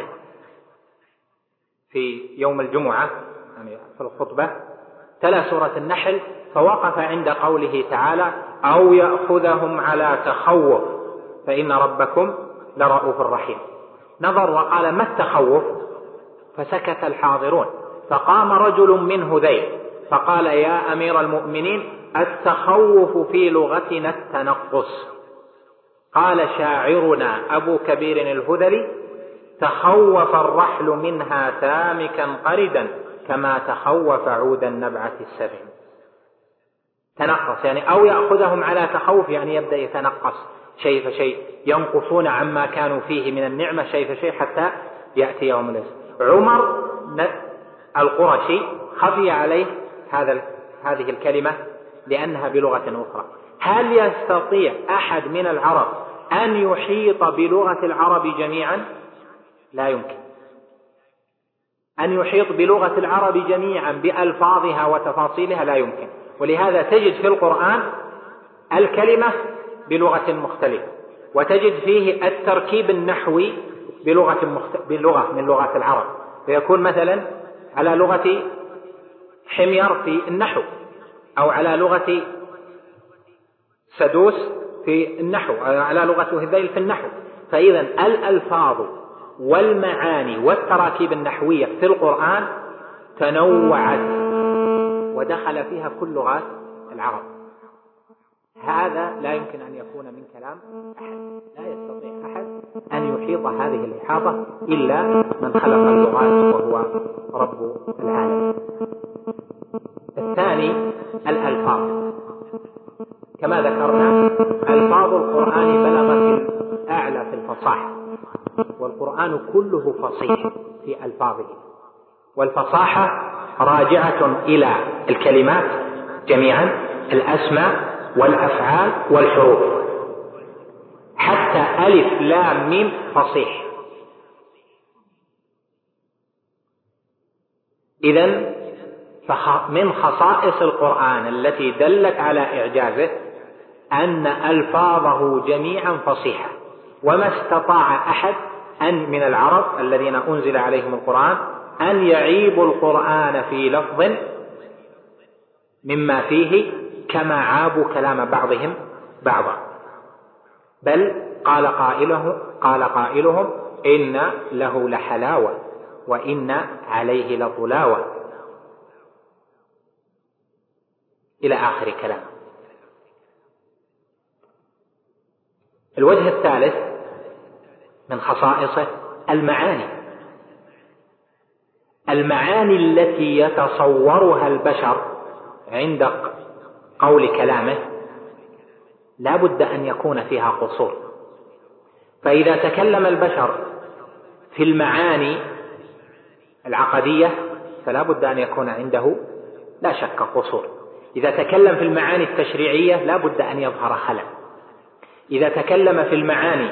Speaker 3: في يوم الجمعة، يعني في الخطبة تلا سورة النحل، فوقف عند قوله تعالى أو يأخذهم على تخوف فإن ربكم لرؤوف رحيم. نظر وقال ما التخوف؟ فسكت الحاضرون، فقام رجل من هذيل فقال يا أمير المؤمنين التخوف في لغتنا التنقص. قال شاعرنا أبو كبير الهذلي تخوف الرحل منها سامكا قردا كما تخوف عود النبعة السبع. تنقص يعني أو يأخذهم على تخوف، يعني يبدأ يتنقص شيء فشيء، ينقصون عما كانوا فيه من النعمة شيء فشيء حتى يأتي يوم الإسر. عمر القرشي خفي عليه هذا هذه الكلمة لأنها بلغة أخرى. هل يستطيع أحد من العرب أن يحيط بلغة العرب جميعا؟ لا يمكن أن يحيط بلغة العرب جميعا بألفاظها وتفاصيلها، لا يمكن. ولهذا تجد في القرآن الكلمة بلغة مختلفة، وتجد فيه التركيب النحوي بلغة, مخت... بلغة من لغات العرب، فيكون مثلا على لغة حمير في النحو، أو على لغة سدوس في النحو، أو على لغة هذيل في النحو. فإذا الألفاظ والمعاني والتراكيب النحوية في القرآن تنوعت ودخل فيها كل لغات العرب. هذا لا يمكن أن يكون من كلام أحد، لا يستطيع أحد أن يحيط هذه الإحاطة إلا من خلق اللغات وهو رب العالمين. الثاني الألفاظ. كما ذكرنا ألفاظ القرآن بلغت الأعلى في الفصاحة، والقرآن كله فصيح في ألفاظه، والفصاحة راجعة إلى الكلمات جميعا، الأسماء والأفعال والحروف، حتى ألف لام ميم فصيح. إذن من خصائص القرآن التي دلت على إعجازه أن ألفاظه جميعا فصيحة، وما استطاع أحد أن من العرب الذين أنزل عليهم القرآن أن يعيبوا القرآن في لفظ مما فيه كما عابوا كلام بعضهم بعضا، بل قال قائله قال قائلهم إن له لحلاوة وإن عليه لطلاوة إلى آخر كلام. الوجه الثالث من خصائصه المعاني. المعاني التي يتصورها البشر عند قول كلامه لا بد أن يكون فيها قصور. فإذا تكلم البشر في المعاني العقدية فلا بد أن يكون عنده لا شك قصور. إذا تكلم في المعاني التشريعية لا بد أن يظهر خلل. إذا تكلم في المعاني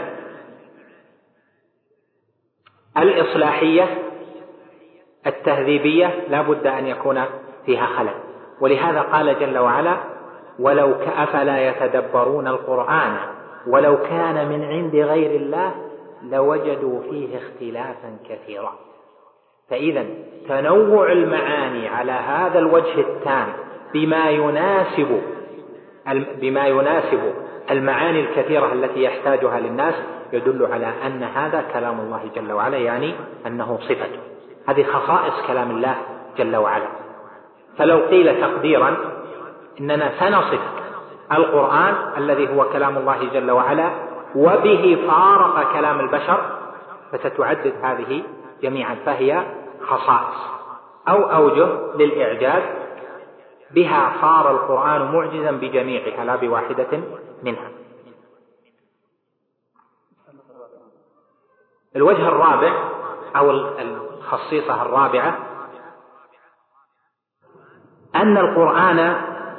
Speaker 3: الإصلاحية التهذيبية لا بد أن يكون فيها خلل. ولهذا قال جل وعلا ولو أفلا يتدبرون القرآن ولو كان من عند غير الله لوجدوا فيه اختلافا كثيرا. فإذا تنوع المعاني على هذا الوجه التام بما يناسب بما يناسب المعاني الكثيرة التي يحتاجها للناس يدل على أن هذا كلام الله جل وعلا، يعني أنه صفته. هذه خصائص كلام الله جل وعلا. فلو قيل تقديرا إننا سنصف القرآن الذي هو كلام الله جل وعلا وبه فارق كلام البشر فستعدد هذه جميعا، فهي خصائص أو أوجه للإعجاز بها صار القرآن معجزا بجميعها لا بواحدة منها. الوجه الرابع أو الخصيصة الرابعة أن القرآن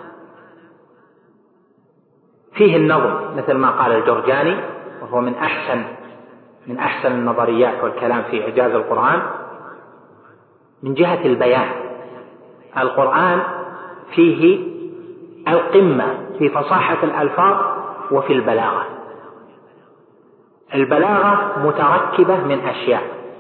Speaker 3: فيه النظم مثل ما قال الجرجاني، وهو من أحسن من أحسن النظريات والكلام في إعجاز القرآن من جهة البيان. القرآن فيه القمة في فصاحة الألفاظ وفي البلاغة. البلاغة متركبة من أشياء،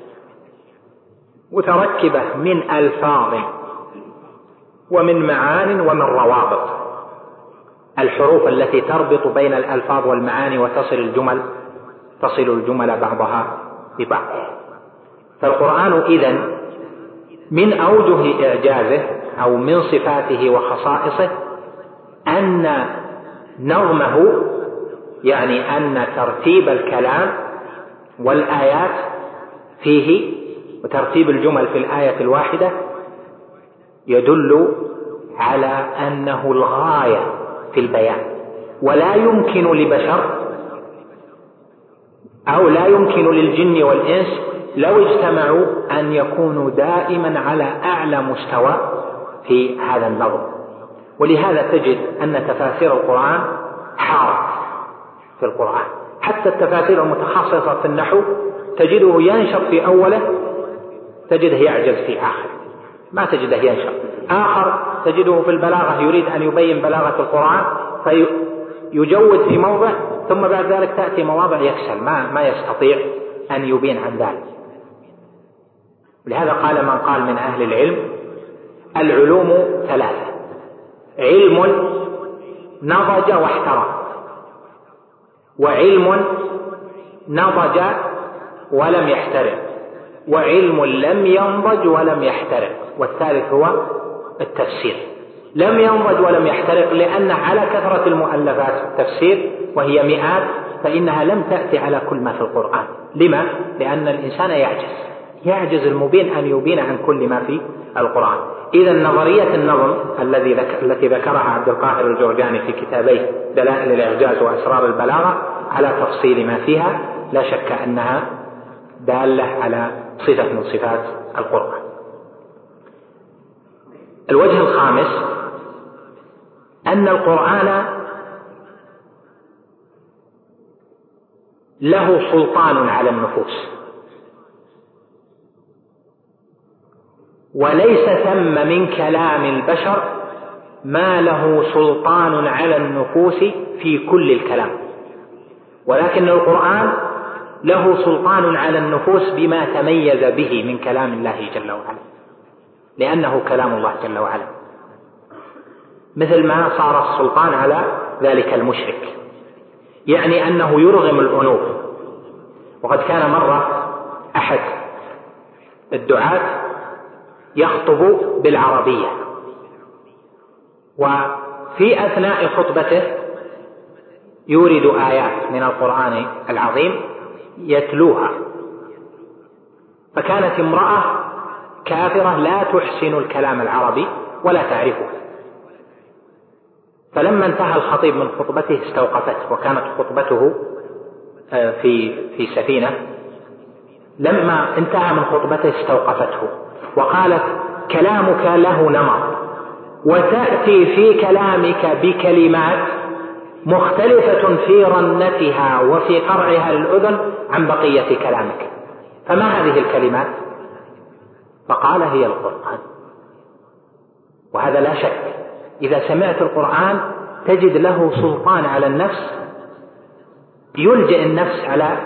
Speaker 3: متركبة من ألفاظ ومن معان ومن روابط. الحروف التي تربط بين الألفاظ والمعاني وتصل الجمل تصل الجمل بعضها ببعض. فالقرآن إذن من أوجه إعجازه أو من صفاته وخصائصه أن نظمه، يعني أن ترتيب الكلام والآيات فيه وترتيب الجمل في الآية الواحدة يدل على أنه الغاية في البيان. ولا يمكن لبشر أو لا يمكن للجن والإنس لو اجتمعوا أن يكونوا دائما على أعلى مستوى في هذا النظم. ولهذا تجد أن تفاسير القرآن حارت في القرآن، حتى التفاسير المتخصصة في النحو تجده ينشط في أوله تجده يعجز في آخر، ما تجده ينشط. آخر تجده في البلاغة يريد أن يبين بلاغة القرآن فيجود في موضع ثم بعد ذلك تأتي مواضع يكسل ما, ما يستطيع أن يبين عن ذلك. لهذا قال من قال من أهل العلم العلوم ثلاثة: علم نضج واحترم، وعلم نضج ولم يحترق، وعلم لم ينضج ولم يحترق. والثالث هو التفسير. لم ينضج ولم يحترق لأن على كثرة المؤلفات التفسير وهي مئات، فإنها لم تأتي على كل ما في القرآن. لما؟ لأن الإنسان يعجز يعجز المبين أن يبين عن كل ما في القرآن. إذا نظرية النظم الذي ذك... التي ذكرها عبد القاهر الجرجاني في كتابيه دلائل الإعجاز وأسرار البلاغة على تفصيل ما فيها، لا شك أنها دالة على صفة من صفات القرآن. الوجه الخامس أن القرآن له سلطان على النفوس، وليس ثم من كلام البشر ما له سلطان على النفوس في كل الكلام، ولكن القرآن له سلطان على النفوس بما تميز به من كلام الله جل وعلا، لأنه كلام الله جل وعلا، مثل ما صار السلطان على ذلك المشرك، يعني أنه يرغم الأنوف. وقد كان مرة أحد الدعاة يخطب بالعربية، وفي أثناء خطبته يورد آيات من القرآن العظيم يتلوها، فكانت امرأة كافرة لا تحسن الكلام العربي ولا تعرفه، فلما انتهى الخطيب من خطبته استوقفته، وكانت خطبته في في سفينة. لما انتهى من خطبته استوقفته وقالت: كلامك له نمط، وتأتي في كلامك بكلمات مختلفة في رنتها وفي قرعها للأذن عن بقية كلامك، فما هذه الكلمات؟ فقال: هي القرآن. وهذا لا شك إذا سمعت القرآن تجد له سلطان على النفس، يلجئ النفس على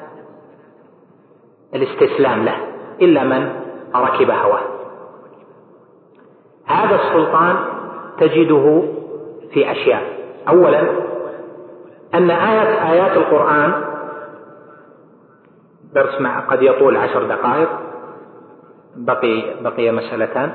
Speaker 3: الاستسلام له إلا من ركب هواه. هذا السلطان تجده في أشياء. أولا أن آيات آيات القرآن، درس مع قد يطول عشر دقائق، بقي بقي مسألتان.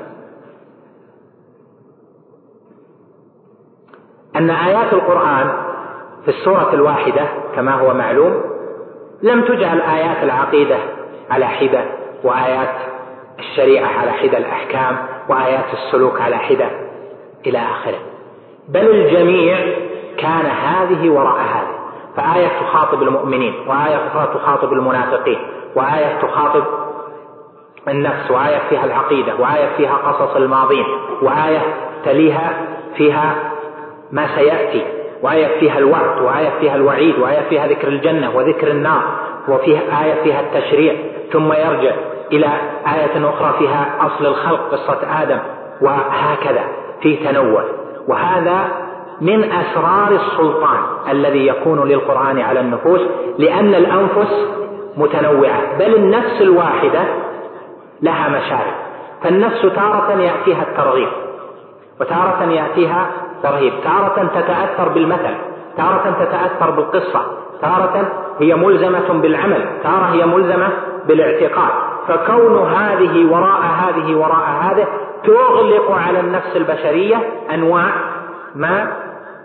Speaker 3: أن آيات القرآن في السورة الواحدة كما هو معلوم لم تجعل آيات العقيدة على حدة، وآيات الشريعة على حدة الأحكام، وآيات السلوك على حدة إلى آخره، بل الجميع كان هذه وراء هذه. فآية تخاطب المؤمنين، وآية أخرى تخاطب المنافقين، وآية تخاطب النفس، وآية فيها العقيدة، وآية فيها قصص الماضين، وآية تليها فيها ما سيأتي، وآية فيها الوعد، وآية فيها الوعيد، وآية فيها ذكر الجنة وذكر النار، وفيها آية فيها التشريع، ثم يرجع إلى آية أخرى فيها أصل الخلق قصة آدم، وهكذا في تنوع. وهذا من أسرار السلطان الذي يكون للقرآن على النفوس، لأن الأنفس متنوعة، بل النفس الواحدة لها مشاعر. فالنفس تارة يأتيها الترغيب، وتارة يأتيها ترهيب، تارة تتأثر بالمثل، تارة تتأثر بالقصة، تارة هي ملزمة بالعمل، تارة هي ملزمة بالاعتقاد. فكون هذه وراء هذه وراء هذه تغلق على النفس البشرية أنواع ما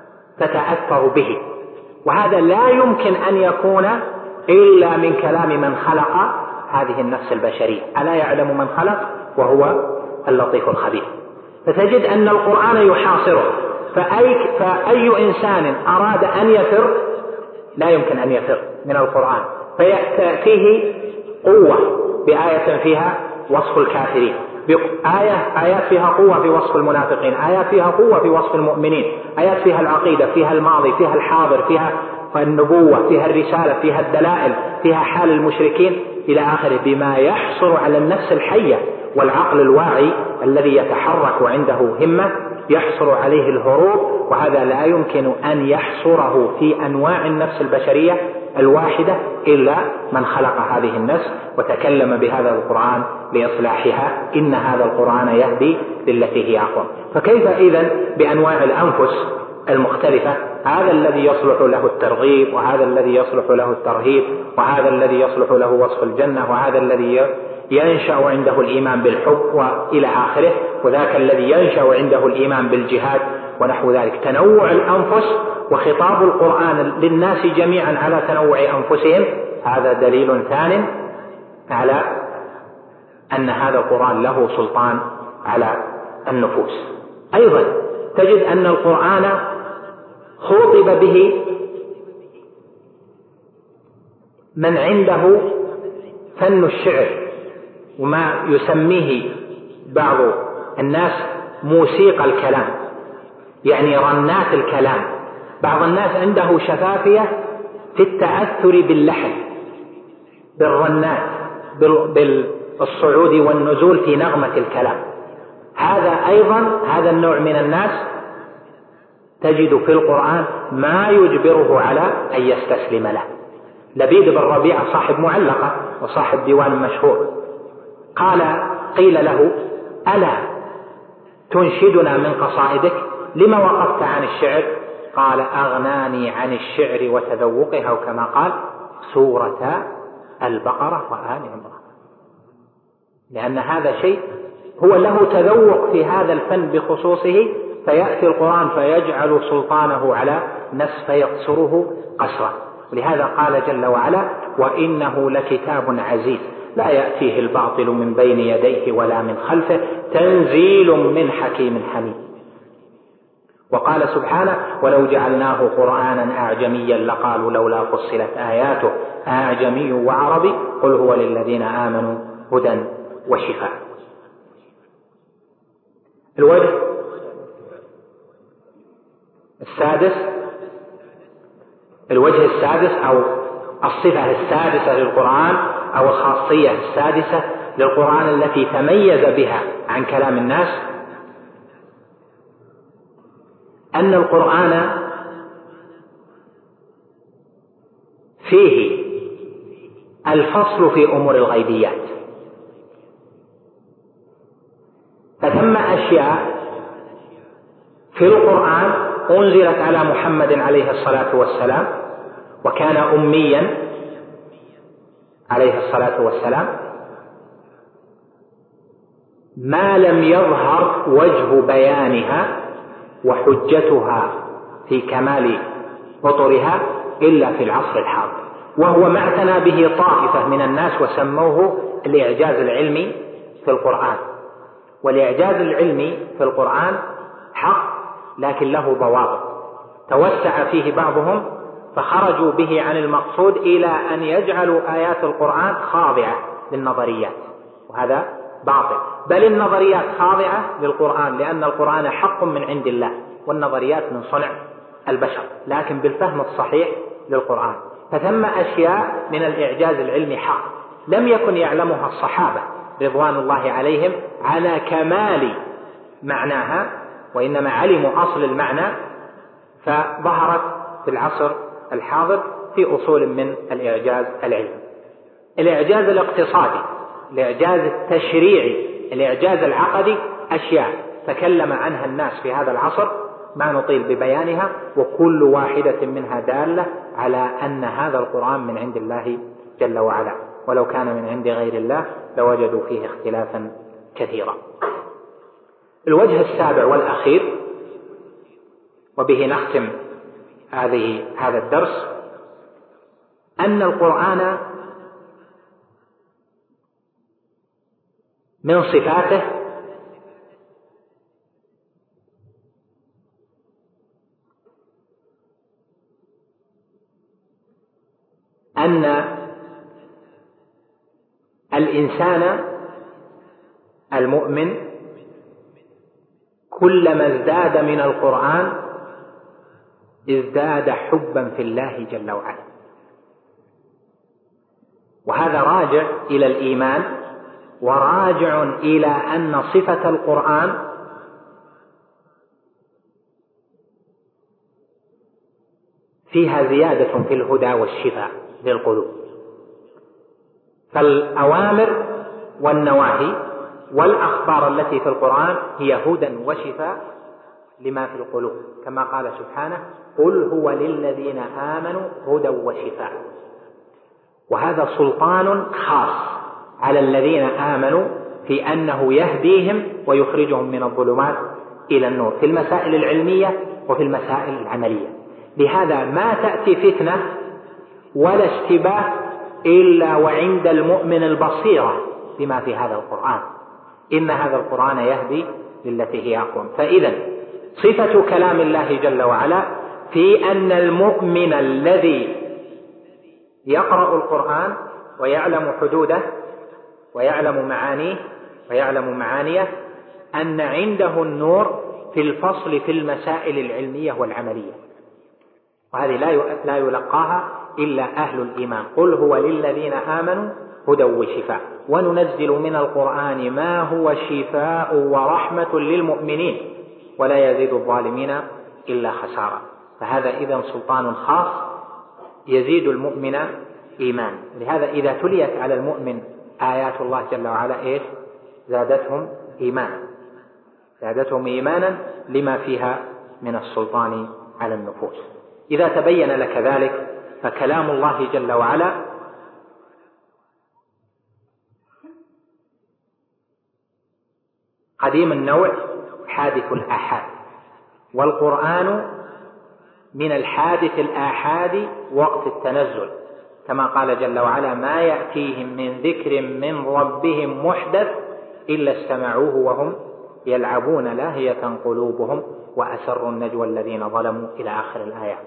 Speaker 3: تتأثر به، وهذا لا يمكن أن يكون إلا من كلام من خلق هذه النفس البشرية. ألا يعلم من خلق وهو اللطيف الخبير. فتجد أن القرآن يحاصره، فأي, فأي إنسان أراد أن يفر لا يمكن أن يفر من القرآن، فيأتيه قوة بآية فيها وصف الكافرين، آية آيات فيها قوة في وصف المنافقين، آيات فيها قوة في وصف المؤمنين، آيات فيها العقيدة، فيها الماضي، فيها الحاضر، فيها النبوة، فيها الرسالة، فيها الدلائل، فيها حال المشركين إلى آخره، بما يحصر على النفس الحية والعقل الواعي الذي يتحرك وعنده همة يحصر عليه الهروب. وهذا لا يمكن أن يحصره في أنواع النفس البشرية الواحدة إلا من خلق هذه النفس وتكلم بهذا القرآن لإصلاحها. إن هذا القرآن يهدي للتي هي أقوم. فكيف إذن بأنواع الأنفس المختلفة، هذا الذي يصلح له الترغيب، وهذا الذي يصلح له الترهيب، وهذا الذي يصلح له وصف الجنة، وهذا الذي ينشأ عنده الإيمان بالحب وإلى آخره، وذاك الذي ينشأ عنده الإيمان بالجهاد ونحو ذلك. تنوع الأنفس وخطاب القرآن للناس جميعا على تنوع أنفسهم، هذا دليل ثان على أن هذا القرآن له سلطان على النفوس. أيضا تجد أن القرآن خاطب به من عنده فن الشعر، وما يسميه بعض الناس موسيقى الكلام، يعني رنات الكلام. بعض الناس عنده شفافية في التأثر باللحن، بالرنات، بالصعود والنزول في نغمة الكلام. هذا أيضا هذا النوع من الناس تجد في القرآن ما يجبره على أن يستسلم له. لبيد بن ربيعة صاحب معلقة وصاحب ديوان مشهور، قال قيل له: ألا تنشدنا من قصائدك؟ لما وقفت عن الشعر؟ قال: أغناني عن الشعر وتذوقها، وكما قال سورة البقرة وآل عمران، لأن هذا شيء هو له تذوق في هذا الفن بخصوصه، فيأتي القرآن فيجعل سلطانه على نفس فيقصره قصرا. ولهذا قال جل وعلا: وإنه لكتاب عزيز لا يأتيه الباطل من بين يديه ولا من خلفه تنزيل من حكيم حميد. وقال سبحانه: ولو جعلناه قرآنا أعجميا لقالوا لولا فصلت آياته أعجمي وعربي قل هو للذين آمنوا هدى وشفاء. الوجه السادس الوجه السادس أو الصفة السادسة للقرآن أو الخاصية السادسة للقرآن التي تميز بها عن كلام الناس، أن القرآن فيه الفصل في أمور الغيبيات. فثم أشياء في القرآن أنزلت على محمد عليه الصلاة والسلام، وكان أميا عليه الصلاة والسلام، ما لم يظهر وجه بيانها وحجتها في كمال قطرها إلا في العصر الحاضر، وهو ما اعتنى به طائفة من الناس وسموه الإعجاز العلمي في القرآن. والإعجاز العلمي في القرآن حق، لكن له ضوابط. توسع فيه بعضهم فخرجوا به عن المقصود إلى أن يجعلوا آيات القرآن خاضعة للنظريات، وهذا باطل. بل النظريات خاضعة للقرآن، لأن القرآن حق من عند الله، والنظريات من صنع البشر، لكن بالفهم الصحيح للقرآن. فثم أشياء من الإعجاز العلمي حق لم يكن يعلمها الصحابة رضوان الله عليهم على كمال معناها، وإنما علموا أصل المعنى، فظهرت في العصر الحاضر في أصول من الإعجاز العلمي. الإعجاز الاقتصادي، الإعجاز التشريعي، الإعجاز العقدي، أشياء تكلم عنها الناس في هذا العصر ما نطيل ببيانها، وكل واحدة منها دالة على أن هذا القرآن من عند الله جل وعلا، ولو كان من عند غير الله لوجدوا فيه اختلافا كثيرا. الوجه السابع والأخير، وبه نختم هذه هذا الدرس، أن القرآن من صفاته أن الإنسان المؤمن كلما ازداد من القرآن ازداد حبا في الله جل وعلا. وهذا راجع إلى الإيمان، وراجع إلى أن صفة القرآن فيها زيادة في الهدى والشفاء للقلوب. فالأوامر والنواهي والأخبار التي في القرآن هي هدى وشفاء لما في القلوب، كما قال سبحانه: قل هو للذين آمنوا هدى وشفاء. وهذا سلطان خاص على الذين آمنوا في أنه يهديهم ويخرجهم من الظلمات إلى النور في المسائل العلمية وفي المسائل العملية. لهذا ما تأتي فتنة ولا اشتباه إلا وعند المؤمن البصيرة بما في هذا القرآن، إن هذا القرآن يهدي للتي هي أقوم. فإذا صفة كلام الله جل وعلا في أن المؤمن الذي يقرأ القرآن ويعلم حدوده ويعلم معانيه ويعلم معانيه أن عنده النور في الفصل في المسائل العلمية والعملية، وهذه لا يلقاها إلا أهل الإيمان. قل هو للذين آمنوا هدى وشفاء، وننزل من القرآن ما هو شفاء ورحمة للمؤمنين ولا يزيد الظالمين إلا خسارة. فهذا إذن سلطان خاص يزيد المؤمن إيمان. لهذا إذا تليت على المؤمن آيات الله جل وعلا إيش؟ زادتهم إيمانا، زادتهم إيمانا لما فيها من السلطان على النفوس. إذا تبين لك ذلك فكلام الله جل وعلا قديم النوع حادث الآحاد، والقرآن من الحادث الآحاد وقت التنزل، كما قال جل وعلا: ما يأتيهم من ذكر من ربهم محدث إلا استمعوه وهم يلعبون لاهية قلوبهم وأسروا النجوى الذين ظلموا إلى آخر الآيات.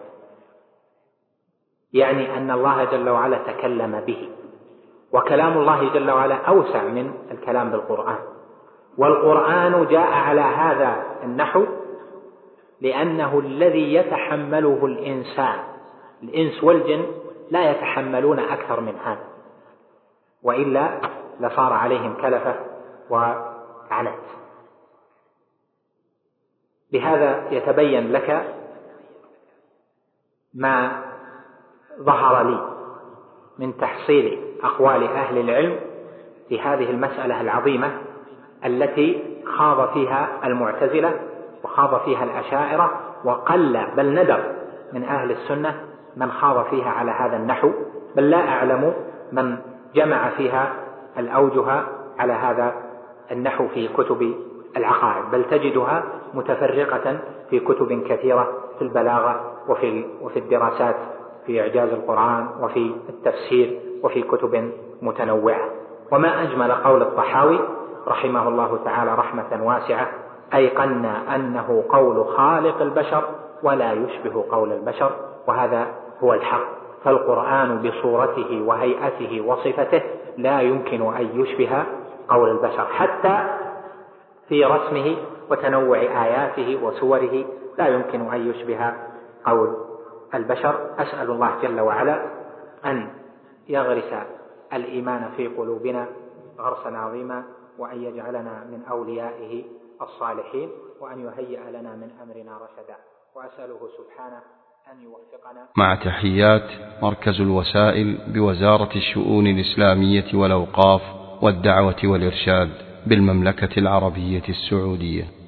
Speaker 3: يعني أن الله جل وعلا تكلم به، وكلام الله جل وعلا أوسع من الكلام بالقرآن. والقرآن جاء على هذا النحو لأنه الذي يتحمله الإنسان، الإنس والجن لا يتحملون أكثر من هذا، وإلا لصار عليهم كلفة وعنت. بهذا يتبين لك ما ظهر لي من تحصيل أقوال أهل العلم في هذه المسألة العظيمة التي خاض فيها المعتزلة وخاض فيها الأشاعرة، وقل بل ندر من أهل السنة من خاض فيها على هذا النحو، بل لا أعلم من جمع فيها الأوجه على هذا النحو في كتب العقائد، بل تجدها متفرقة في كتب كثيرة في البلاغة وفي وفي الدراسات في إعجاز القرآن وفي التفسير وفي كتب متنوعة. وما أجمل قول الطحاوي رحمه الله تعالى رحمة واسعة: أيقنا أنه قول خالق البشر ولا يشبه قول البشر، وهذا هو الحق. فالقرآن بصورته وهيئته وصفته لا يمكن أن يشبه قول البشر، حتى في رسمه وتنوع آياته وسوره لا يمكن أن يشبه قول البشر. أسأل الله جل وعلا أن يغرس الإيمان في قلوبنا غرسا عظيما، وأن يجعلنا من أوليائه الصالحين، وأن يهيئ لنا من أمرنا رشدا، وأسأله سبحانه أن يوفقنا.
Speaker 1: مع تحيات مركز الوسائل بوزارة الشؤون الإسلامية والأوقاف والدعوة والإرشاد بالمملكة العربية السعودية.